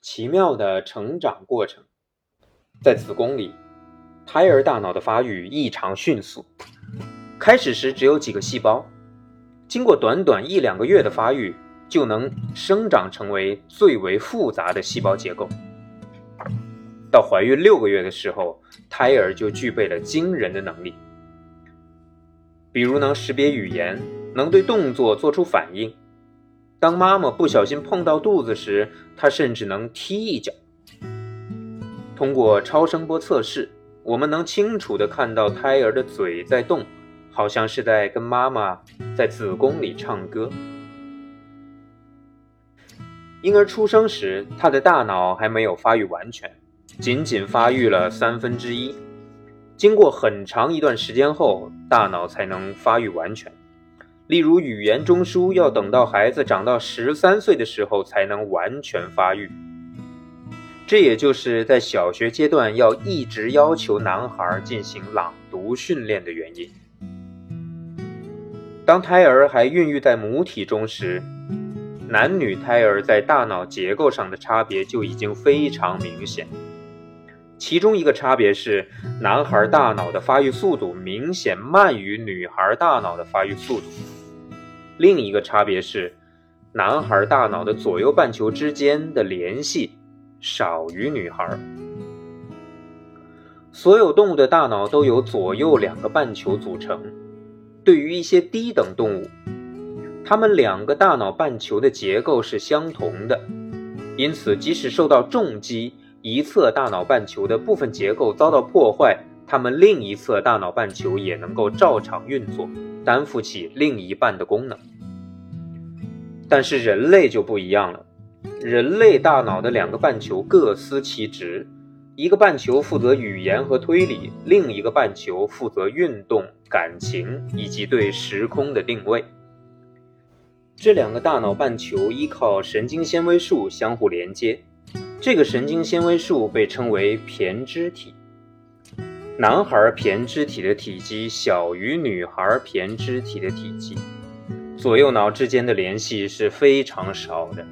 奇妙的成长过程。在子宫里，胎儿大脑的发育异常迅速，开始时只有几个细胞，经过短短1-2个月的发育，就能生长成为最为复杂的细胞结构。到怀孕6个月的时候，胎儿就具备了惊人的能力，比如能识别语言，能对动作做出反应。当妈妈不小心碰到肚子时，她甚至能踢一脚。通过超声波测试，我们能清楚地看到胎儿的嘴在动，好像是在跟妈妈在子宫里唱歌。婴儿出生时，他的大脑还没有发育完全，仅仅发育了1/3。经过很长一段时间后，大脑才能发育完全。例如语言中枢要等到孩子长到13岁的时候才能完全发育。这也就是在小学阶段要一直要求男孩进行朗读训练的原因。当胎儿还孕育在母体中时，男女胎儿在大脑结构上的差别就已经非常明显。其中一个差别是，男孩大脑的发育速度明显慢于女孩大脑的发育速度。另一个差别是，男孩大脑的左右半球之间的联系少于女孩。所有动物的大脑都由左右2个半球组成。对于一些低等动物，它们2个大脑半球的结构是相同的，因此即使受到重击，一侧大脑半球的部分结构遭到破坏，它们另一侧大脑半球也能够照常运作，担负起另一半的功能。但是人类就不一样了，人类大脑的2个半球各司其职，一个半球负责语言和推理，另一个半球负责运动、感情以及对时空的定位。这2个大脑半球依靠神经纤维束相互连接，这个神经纤维束被称为胼胝体。男孩胼胝体的体积小于女孩胼胝体的体积，左右脑之间的联系是非常少的。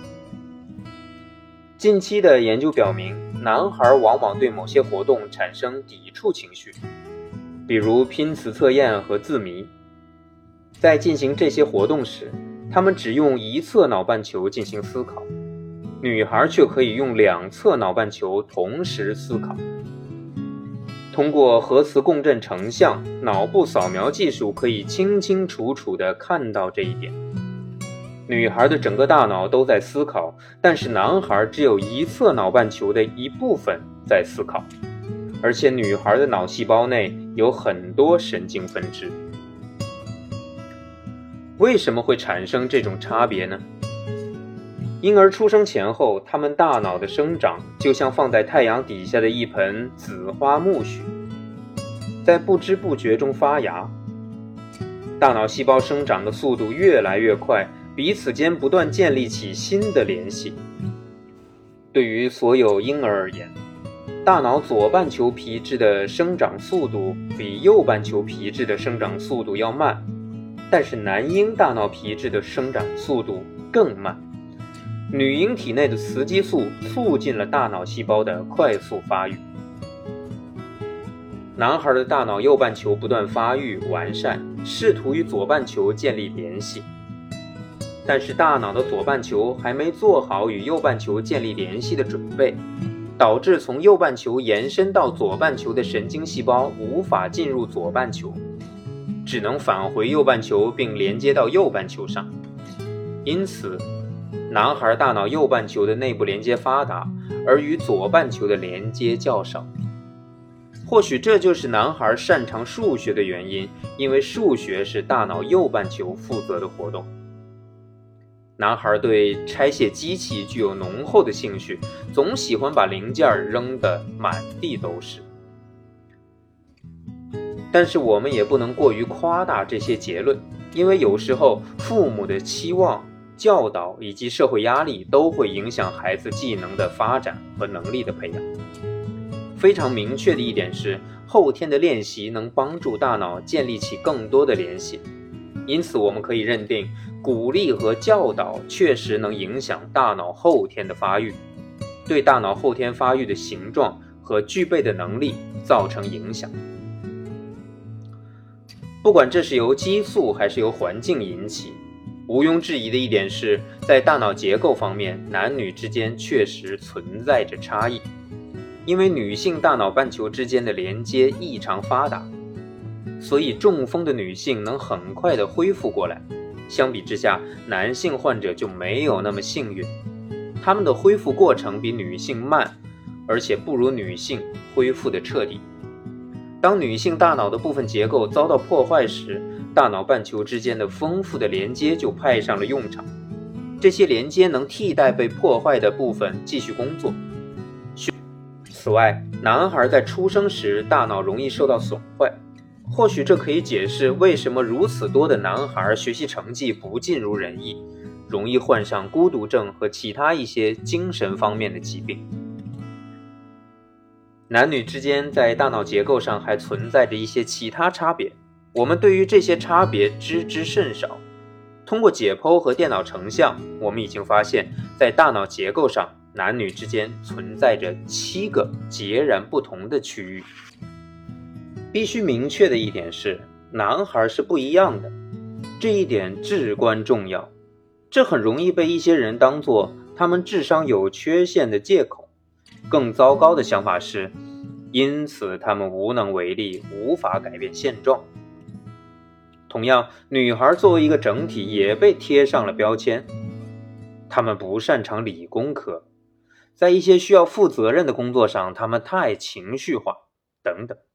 近期的研究表明，男孩往往对某些活动产生抵触情绪，比如拼词测验和字谜。在进行这些活动时，他们只用一侧脑半球进行思考，女孩却可以用2侧脑半球同时思考。通过核磁共振成像、脑部扫描技术，可以清清楚楚地看到这一点。女孩的整个大脑都在思考，但是男孩只有一侧脑半球的一部分在思考，而且女孩的脑细胞内有很多神经分支。为什么会产生这种差别呢？婴儿出生前后，他们大脑的生长就像放在太阳底下的一盆紫花苜蓿，在不知不觉中发芽。大脑细胞生长的速度越来越快，彼此间不断建立起新的联系。对于所有婴儿而言，大脑左半球皮质的生长速度比右半球皮质的生长速度要慢，但是男婴大脑皮质的生长速度更慢。女婴体内的雌激素促进了大脑细胞的快速发育。男孩的大脑右半球不断发育完善，试图与左半球建立联系，但是大脑的左半球还没做好与右半球建立联系的准备，导致从右半球延伸到左半球的神经细胞无法进入左半球，只能返回右半球并连接到右半球上。因此男孩大脑右半球的内部连接发达，而与左半球的连接较少。或许这就是男孩擅长数学的原因，因为数学是大脑右半球负责的活动。男孩对拆卸机器具有浓厚的兴趣，总喜欢把零件扔得满地都是。但是我们也不能过于夸大这些结论，因为有时候父母的期望、教导以及社会压力都会影响孩子技能的发展和能力的培养。非常明确的一点是，后天的练习能帮助大脑建立起更多的联系，因此我们可以认定，鼓励和教导确实能影响大脑后天的发育。 对大脑后天发育的形状和具备的能力造成影响。不管这是由激素还是由环境引起，毋庸置疑的一点是，在大脑结构方面，男女之间确实存在着差异。因为女性大脑半球之间的连接异常发达，所以中风的女性能很快地恢复过来。相比之下，男性患者就没有那么幸运，他们的恢复过程比女性慢，而且不如女性恢复的彻底。当女性大脑的部分结构遭到破坏时，大脑半球之间的丰富的连接就派上了用场。这些连接能替代被破坏的部分继续工作。此外，男孩在出生时大脑容易受到损坏，或许这可以解释为什么如此多的男孩学习成绩不尽如人意，容易患上孤独症和其他一些精神方面的疾病。男女之间在大脑结构上还存在着一些其他差别，我们对于这些差别知之甚少。通过解剖和电脑成像，我们已经发现，在大脑结构上，男女之间存在着7个截然不同的区域。必须明确的一点是，男孩是不一样的，这一点至关重要。这很容易被一些人当作他们智商有缺陷的借口。更糟糕的想法是，因此他们无能为力，无法改变现状。同样，女孩作为一个整体也被贴上了标签，她们不擅长理工科，在一些需要负责任的工作上，她们太情绪化，等等。